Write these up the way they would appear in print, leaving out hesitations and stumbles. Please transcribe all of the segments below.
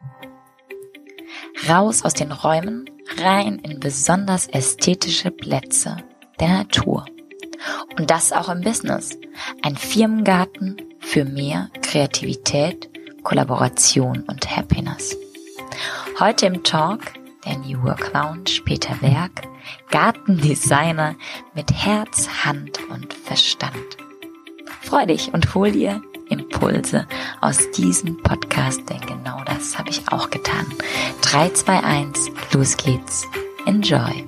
Raus aus den Räumen, rein in besonders ästhetische Plätze der Natur. Und das auch im Business. Ein Firmengarten für mehr Kreativität, Kollaboration und Happiness. Heute im Talk der New Work Lounge Peter Berg, Gartendesigner mit Herz, Hand und Verstand. Freu dich und hol dir Impulse aus diesem Podcast, denn genau das habe ich auch getan. 3, 2, 1, los geht's. Enjoy.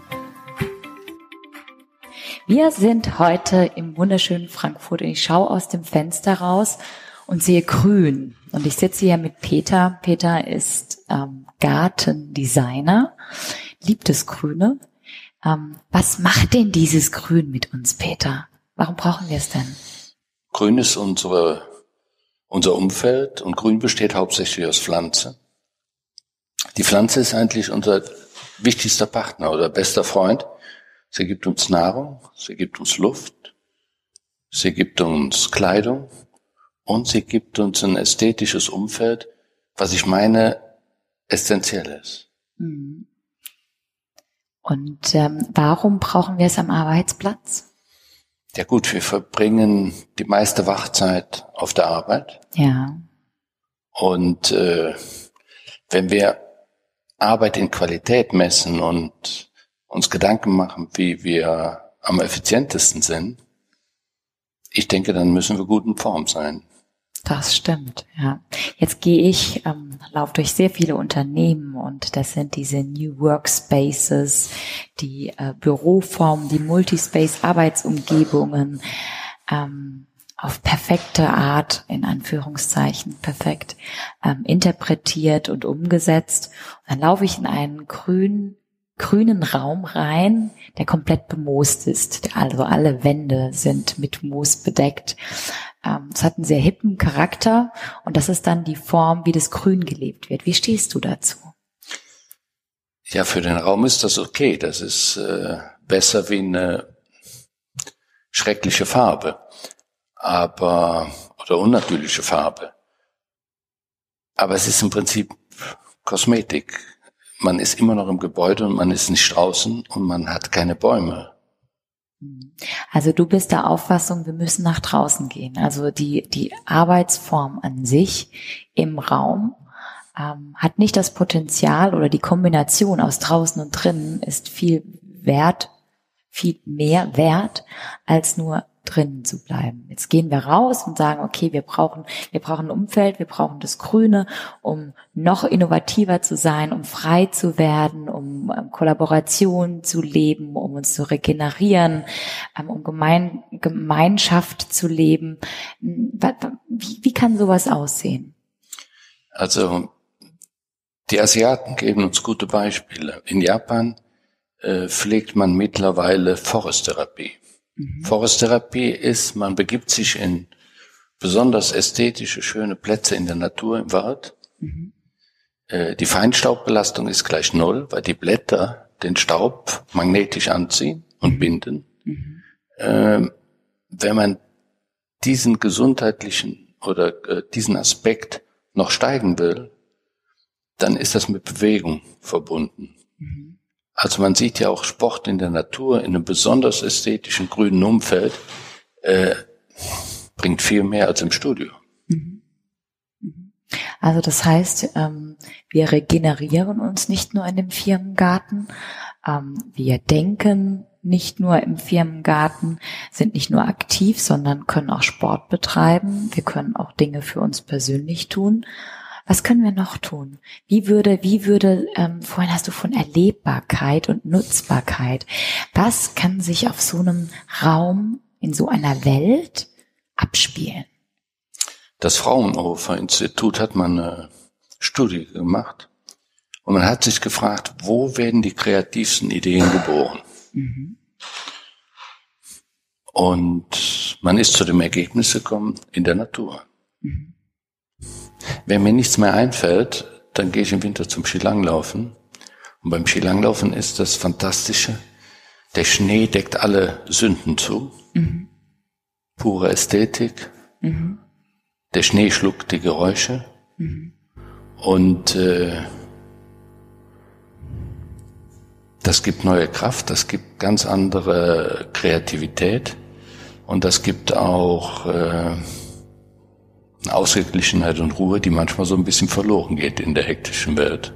Wir sind heute im wunderschönen Frankfurt und ich schaue aus dem Fenster raus und sehe grün. Und ich sitze hier mit Peter. Peter ist Gartendesigner, liebt das Grüne. Was macht denn dieses Grün mit uns, Peter? Warum brauchen wir es denn? Grün ist unser Umfeld und Grün besteht hauptsächlich aus Pflanze. Die Pflanze ist eigentlich unser wichtigster Partner oder bester Freund. Sie gibt uns Nahrung, sie gibt uns Luft, sie gibt uns Kleidung und sie gibt uns ein ästhetisches Umfeld, was ich meine, essentiell ist. Und warum brauchen wir es am Arbeitsplatz? Ja gut, wir verbringen die meiste Wachzeit auf der Arbeit. Ja. Und wenn wir Arbeit in Qualität messen und uns Gedanken machen, wie wir am effizientesten sind, ich denke, dann müssen wir gut in Form sein. Das stimmt, ja. Jetzt gehe ich, laufe durch sehr viele Unternehmen und das sind diese New Workspaces, die Büroformen, die Multispace-Arbeitsumgebungen auf perfekte Art, in Anführungszeichen, perfekt interpretiert und umgesetzt. Und dann laufe ich in einen grünen Raum rein, der komplett bemoost ist. Also alle Wände sind mit Moos bedeckt. Es hat einen sehr hippen Charakter und das ist dann die Form, wie das Grün gelebt wird. Wie stehst du dazu? Ja, für den Raum ist das okay. Das ist besser wie eine schreckliche Farbe, oder unnatürliche Farbe. Aber es ist im Prinzip Kosmetik. Man ist immer noch im Gebäude und man ist nicht draußen und man hat keine Bäume. Also du bist der Auffassung, wir müssen nach draußen gehen. Also die Arbeitsform an sich im Raum hat nicht das Potenzial oder die Kombination aus draußen und drinnen ist viel mehr wert, als nur drinnen zu bleiben. Jetzt gehen wir raus und sagen, okay, wir brauchen ein Umfeld, wir brauchen das Grüne, um noch innovativer zu sein, um frei zu werden, um Kollaboration zu leben, um uns zu regenerieren, um Gemeinschaft zu leben. Wie kann sowas aussehen? Also die Asiaten geben uns gute Beispiele. In Japan pflegt man mittlerweile Foresttherapie. Foresttherapie ist, man begibt sich in besonders ästhetische, schöne Plätze in der Natur, im Wald. Die Feinstaubbelastung ist gleich 0, weil die Blätter den Staub magnetisch anziehen und binden. Wenn man diesen gesundheitlichen oder diesen Aspekt noch steigen will, dann ist das mit Bewegung verbunden. Also man sieht ja auch Sport in der Natur, in einem besonders ästhetischen grünen Umfeld, bringt viel mehr als im Studio. Also das heißt, wir regenerieren uns nicht nur in dem Firmengarten, wir denken nicht nur im Firmengarten, sind nicht nur aktiv, sondern können auch Sport betreiben, wir können auch Dinge für uns persönlich tun. Was können wir noch tun? Wie würde, vorhin hast du von Erlebbarkeit und Nutzbarkeit. Was kann sich auf so einem Raum, in so einer Welt abspielen? Das Fraunhofer Institut hat mal eine Studie gemacht und man hat sich gefragt, wo werden die kreativsten Ideen geboren? Und man ist zu dem Ergebnis gekommen, in der Natur. Wenn mir nichts mehr einfällt, dann gehe ich im Winter zum Skilanglaufen. Und beim Skilanglaufen ist das Fantastische, der Schnee deckt alle Sünden zu. Pure Ästhetik. Der Schnee schluckt die Geräusche. Und das gibt neue Kraft, das gibt ganz andere Kreativität und das gibt auch eine Ausgeglichenheit und Ruhe, die manchmal so ein bisschen verloren geht in der hektischen Welt.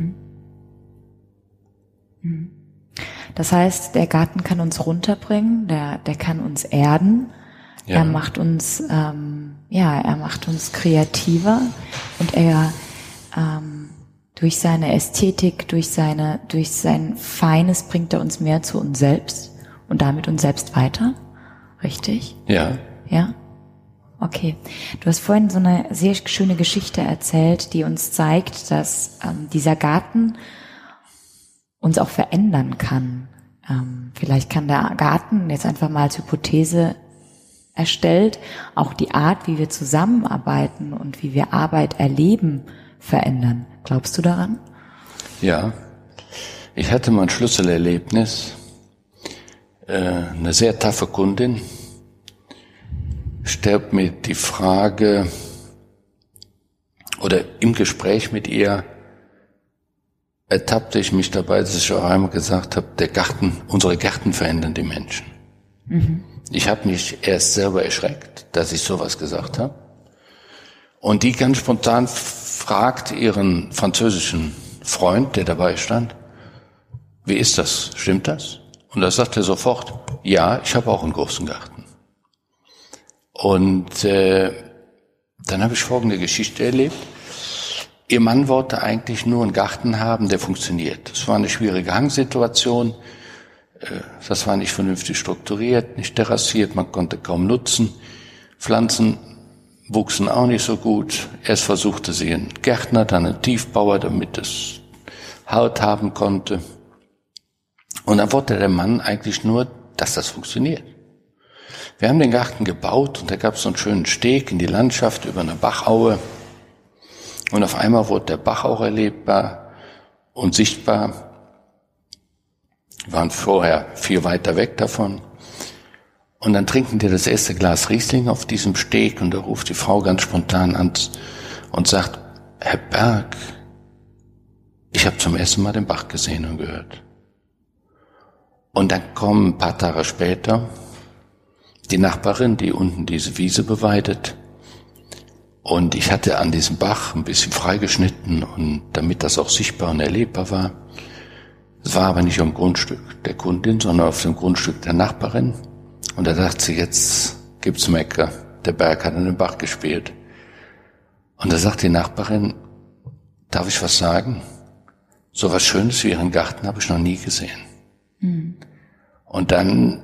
Das heißt, der Garten kann uns runterbringen, der kann uns erden, ja. Er macht uns kreativer und er durch seine Ästhetik, durch sein Feines bringt er uns mehr zu uns selbst und damit uns selbst weiter. Richtig? Ja. Ja? Okay. Du hast vorhin so eine sehr schöne Geschichte erzählt, die uns zeigt, dass dieser Garten uns auch verändern kann. Vielleicht kann der Garten, jetzt einfach mal als Hypothese erstellt, auch die Art, wie wir zusammenarbeiten und wie wir Arbeit erleben, verändern. Glaubst du daran? Ja. Ich hatte mal ein Schlüsselerlebnis. Eine sehr taffe Kundin stellt mir die Frage, oder im Gespräch mit ihr ertappte ich mich dabei, dass ich auch einmal gesagt habe, unsere Gärten verändern die Menschen. Ich habe mich erst selber erschreckt, dass ich sowas gesagt habe. Und die ganz spontan fragt ihren französischen Freund, der dabei stand, wie ist das? Stimmt das? Und da sagt er sofort, ja, ich habe auch einen großen Garten. Und dann habe ich folgende Geschichte erlebt. Ihr Mann wollte eigentlich nur einen Garten haben, der funktioniert. Das war eine schwierige Hangsituation. Das war nicht vernünftig strukturiert, nicht terrassiert, man konnte kaum nutzen. Pflanzen wuchsen auch nicht so gut. Erst versuchte sie einen Gärtner, dann einen Tiefbauer, damit es Halt haben konnte. Und dann wollte der Mann eigentlich nur, dass das funktioniert. Wir haben den Garten gebaut und da gab es so einen schönen Steg in die Landschaft über eine Bachaue. Und auf einmal wurde der Bach auch erlebbar und sichtbar. Wir waren vorher viel weiter weg davon. Und dann trinken die das erste Glas Riesling auf diesem Steg und da ruft die Frau ganz spontan an und sagt, Herr Berg, ich habe zum ersten Mal den Bach gesehen und gehört. Und dann kommen ein paar Tage später die Nachbarin, die unten diese Wiese beweidet. Und ich hatte an diesem Bach ein bisschen freigeschnitten und damit das auch sichtbar und erlebbar war. Es war aber nicht am Grundstück der Kundin, sondern auf dem Grundstück der Nachbarin. Und da dachte sie, jetzt gibt's Mecker. Der Berg hat an den Bach gespielt. Und da sagt die Nachbarin, darf ich was sagen? So was Schönes wie ihren Garten habe ich noch nie gesehen. Und dann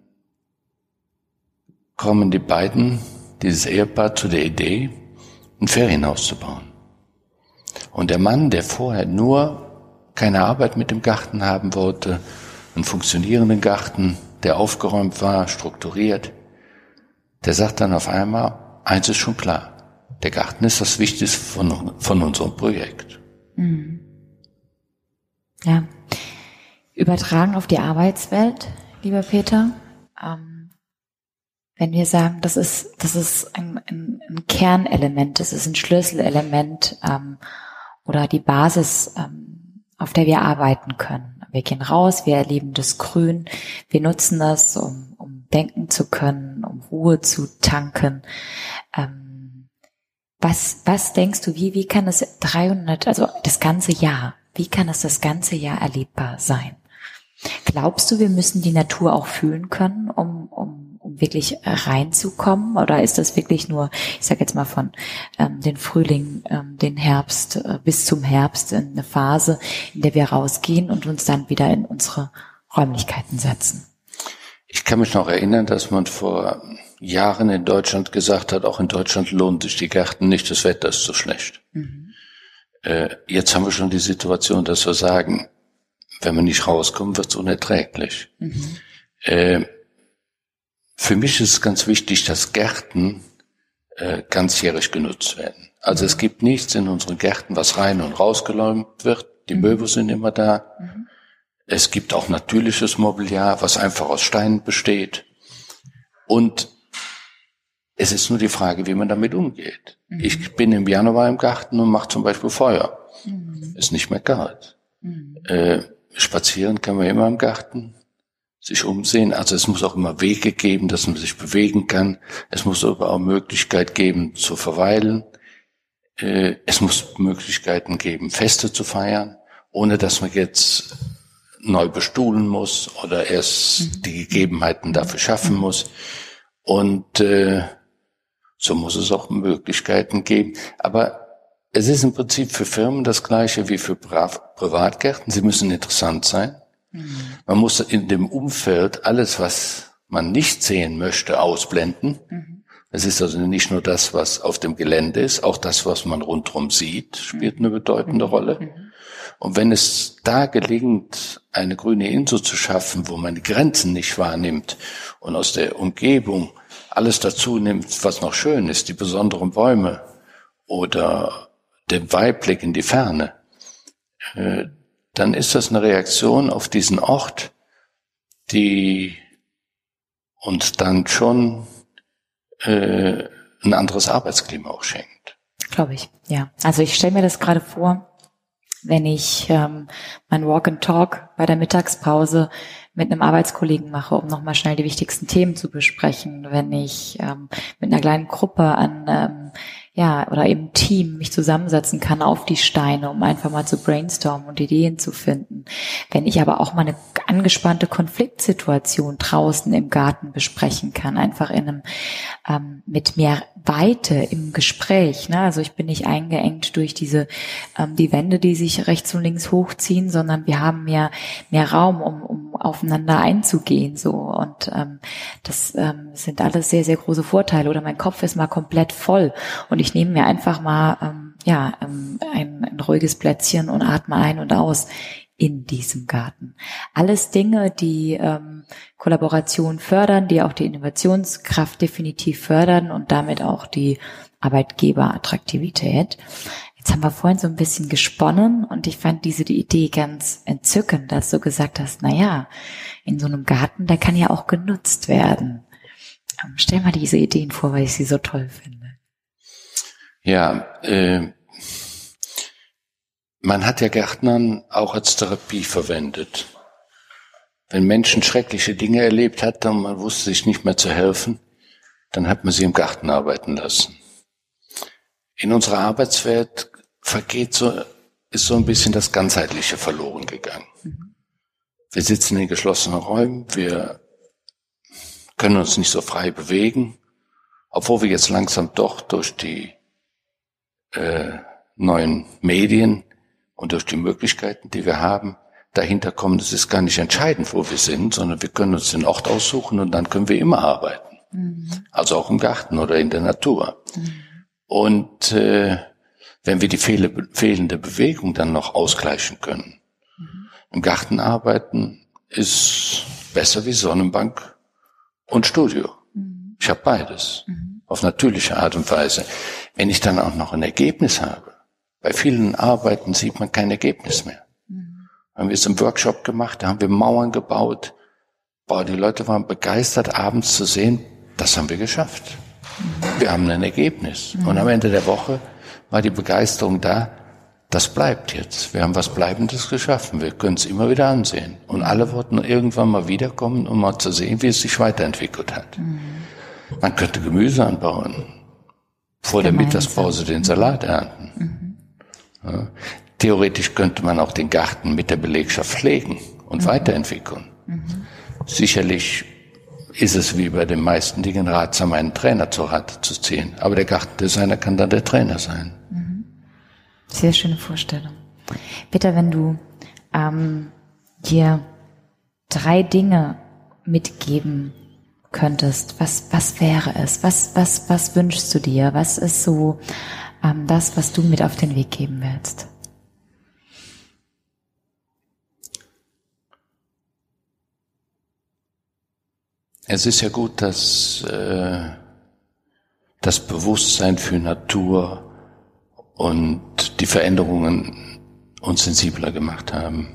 kommen die beiden, dieses Ehepaar, zu der Idee, ein Ferienhaus zu bauen. Und der Mann, der vorher nur keine Arbeit mit dem Garten haben wollte, einen funktionierenden Garten, der aufgeräumt war, strukturiert, der sagt dann auf einmal, eins ist schon klar, der Garten ist das Wichtigste von unserem Projekt. Ja. Übertragen auf die Arbeitswelt, lieber Peter, wenn wir sagen, das ist ein Kernelement, das ist ein Schlüsselelement oder die Basis, auf der wir arbeiten können. Wir gehen raus, wir erleben das Grün, wir nutzen das, um denken zu können, um Ruhe zu tanken. Was denkst du, wie kann es das ganze Jahr, wie kann es das ganze Jahr erlebbar sein? Glaubst du, wir müssen die Natur auch fühlen können, um wirklich reinzukommen? Oder ist das wirklich nur, ich sage jetzt mal von den Frühling, den Herbst bis zum Herbst, eine Phase, in der wir rausgehen und uns dann wieder in unsere Räumlichkeiten setzen? Ich kann mich noch erinnern, dass man vor Jahren in Deutschland gesagt hat, auch in Deutschland lohnen sich die Gärten nicht, das Wetter ist so schlecht. Jetzt haben wir schon die Situation, dass wir sagen, wenn wir nicht rauskommen, wird es unerträglich. Für mich ist es ganz wichtig, dass Gärten ganzjährig genutzt werden. Also es gibt nichts in unseren Gärten, was rein und rausgeräumt wird. Die Möbel sind immer da. Es gibt auch natürliches Mobiliar, was einfach aus Steinen besteht. Und Es ist nur die Frage, wie man damit umgeht. Ich bin im Januar im Garten und mache zum Beispiel Feuer. Ist nicht mehr kalt. Spazieren kann man immer im Garten, sich umsehen. Also es muss auch immer Wege geben, dass man sich bewegen kann. Es muss aber auch Möglichkeit geben, zu verweilen. Es muss Möglichkeiten geben, Feste zu feiern, ohne dass man jetzt neu bestuhlen muss oder erst die Gegebenheiten dafür schaffen muss. Und so muss es auch Möglichkeiten geben. Aber es ist im Prinzip für Firmen das Gleiche wie für Privatgärten. Sie müssen interessant sein. Man muss in dem Umfeld alles, was man nicht sehen möchte, ausblenden. Es ist also nicht nur das, was auf dem Gelände ist, auch das, was man rundherum sieht, spielt eine bedeutende Rolle. Und wenn es da gelingt, eine grüne Insel zu schaffen, wo man die Grenzen nicht wahrnimmt und aus der Umgebung alles dazu nimmt, was noch schön ist, die besonderen Bäume oder den Weitblick in die Ferne, dann ist das eine Reaktion auf diesen Ort, die uns dann schon ein anderes Arbeitsklima auch schenkt. Glaube ich, ja. Also ich stelle mir das gerade vor, wenn ich mein Walk and Talk bei der Mittagspause mit einem Arbeitskollegen mache, um nochmal schnell die wichtigsten Themen zu besprechen, wenn ich mit einer kleinen Gruppe an oder im Team mich zusammensetzen kann auf die Steine, um einfach mal zu brainstormen und Ideen zu finden. Wenn ich aber auch mal eine angespannte Konfliktsituation draußen im Garten besprechen kann, einfach in einem mit mehr Weite im Gespräch. Ne? Also ich bin nicht eingeengt durch die Wände, die sich rechts und links hochziehen, sondern wir haben mehr Raum, um aufeinander einzugehen. So. Und das sind alles sehr, sehr große Vorteile. Oder mein Kopf ist mal komplett voll und ich nehme mir einfach mal ein ruhiges Plätzchen und atme ein und aus in diesem Garten. Alles Dinge, die Kollaboration fördern, die auch die Innovationskraft definitiv fördern und damit auch die Arbeitgeberattraktivität. Jetzt haben wir vorhin so ein bisschen gesponnen und ich fand die Idee ganz entzückend, dass du gesagt hast, in so einem Garten, der kann ja auch genutzt werden. Stell mal diese Ideen vor, weil ich sie so toll finde. Ja, man hat ja Gärtnern auch als Therapie verwendet. Wenn Menschen schreckliche Dinge erlebt hatten und man wusste sich nicht mehr zu helfen, dann hat man sie im Garten arbeiten lassen. In unserer Arbeitswelt ist so ein bisschen das Ganzheitliche verloren gegangen. Wir sitzen in geschlossenen Räumen, wir können uns nicht so frei bewegen, obwohl wir jetzt langsam doch durch die neuen Medien und durch die Möglichkeiten, die wir haben, dahinter kommen, es ist gar nicht entscheidend, wo wir sind, sondern wir können uns den Ort aussuchen und dann können wir immer arbeiten. Also auch im Garten oder in der Natur. Und wenn wir die fehlende Bewegung dann noch ausgleichen können. Im Garten arbeiten ist besser wie Sonnenbank und Studio. Ich habe beides. Auf natürliche Art und Weise. Wenn ich dann auch noch ein Ergebnis habe, bei vielen Arbeiten sieht man kein Ergebnis mehr. Haben wir es im Workshop gemacht, da haben wir Mauern gebaut. Die Leute waren begeistert, abends zu sehen, das haben wir geschafft. Wir haben ein Ergebnis. Und am Ende der Woche war die Begeisterung da, das bleibt jetzt. Wir haben was Bleibendes geschaffen. Wir können es immer wieder ansehen. Und alle wollten irgendwann mal wiederkommen, um mal zu sehen, wie es sich weiterentwickelt hat. Man könnte Gemüse anbauen, vor der Mittagspause den Salat ernten. Ja. Theoretisch könnte man auch den Garten mit der Belegschaft pflegen und weiterentwickeln. Sicherlich ist es wie bei den meisten Dingen ratsam, einen Trainer zur Rate zu ziehen. Aber der Gartendesigner kann dann der Trainer sein. Sehr schöne Vorstellung. Bitte, wenn du dir 3 Dinge mitgeben könntest, was wäre es? Was wünschst du dir? Was ist so das, was du mit auf den Weg geben willst? Es ist ja gut, dass das Bewusstsein für Natur und die Veränderungen uns sensibler gemacht haben.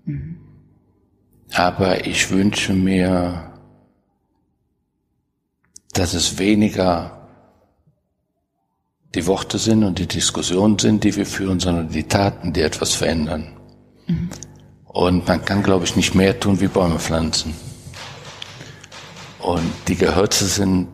Aber ich wünsche mir, dass es weniger die Worte sind und die Diskussionen sind, die wir führen, sondern die Taten, die etwas verändern. Mhm. Und man kann, glaube ich, nicht mehr tun wie Bäume pflanzen. Und die Gehölze sind,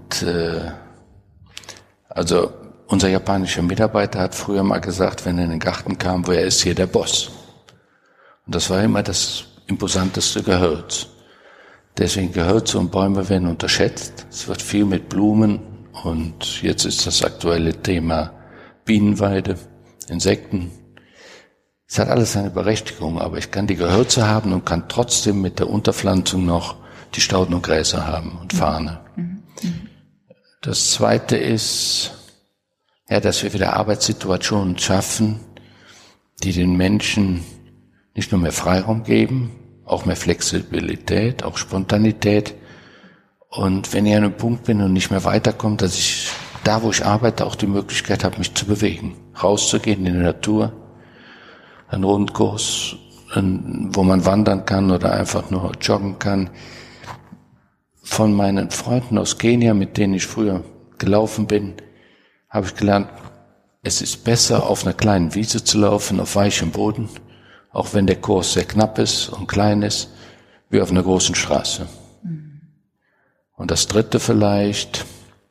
also unser japanischer Mitarbeiter hat früher mal gesagt, wenn er in den Garten kam, wo er ist hier der Boss. Und das war immer das imposanteste Gehölz. Deswegen Gehölze und Bäume werden unterschätzt. Es wird viel mit Blumen und jetzt ist das aktuelle Thema Bienenweide, Insekten. Es hat alles seine Berechtigung, aber ich kann die Gehölze haben und kann trotzdem mit der Unterpflanzung noch die Stauden und Gräser haben und Farne. Das Zweite ist, ja, dass wir wieder Arbeitssituationen schaffen, die den Menschen nicht nur mehr Freiraum geben, auch mehr Flexibilität, auch Spontanität. Und wenn ich an einem Punkt bin und nicht mehr weiterkomme, dass ich da, wo ich arbeite, auch die Möglichkeit habe, mich zu bewegen, rauszugehen in die Natur, einen Rundkurs, wo man wandern kann oder einfach nur joggen kann. Von meinen Freunden aus Kenia, mit denen ich früher gelaufen bin, habe ich gelernt, es ist besser, auf einer kleinen Wiese zu laufen, auf weichem Boden, auch wenn der Kurs sehr knapp ist und klein ist, wie auf einer großen Straße. Mhm. Und das Dritte vielleicht,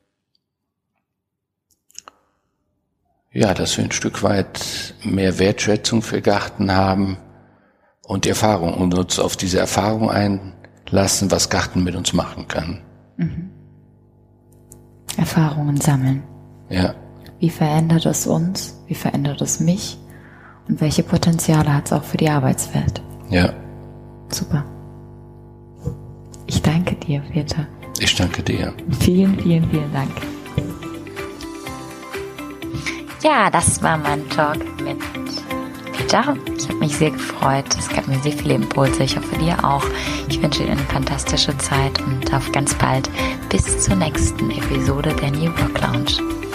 ja, dass wir ein Stück weit mehr Wertschätzung für Garten haben und die Erfahrung und uns auf diese Erfahrung einlassen, was Garten mit uns machen kann. Mhm. Erfahrungen sammeln. Ja. Wie verändert es uns? Wie verändert es mich? Und welche Potenziale hat es auch für die Arbeitswelt? Ja. Super. Ich danke dir, Peter. Ich danke dir. Vielen, vielen, vielen Dank. Ja, das war mein Talk mit Peter. Ich habe mich sehr gefreut. Es gab mir sehr viele Impulse. Ich hoffe, dir auch. Ich wünsche dir eine fantastische Zeit und auf ganz bald bis zur nächsten Episode der New Work Lounge.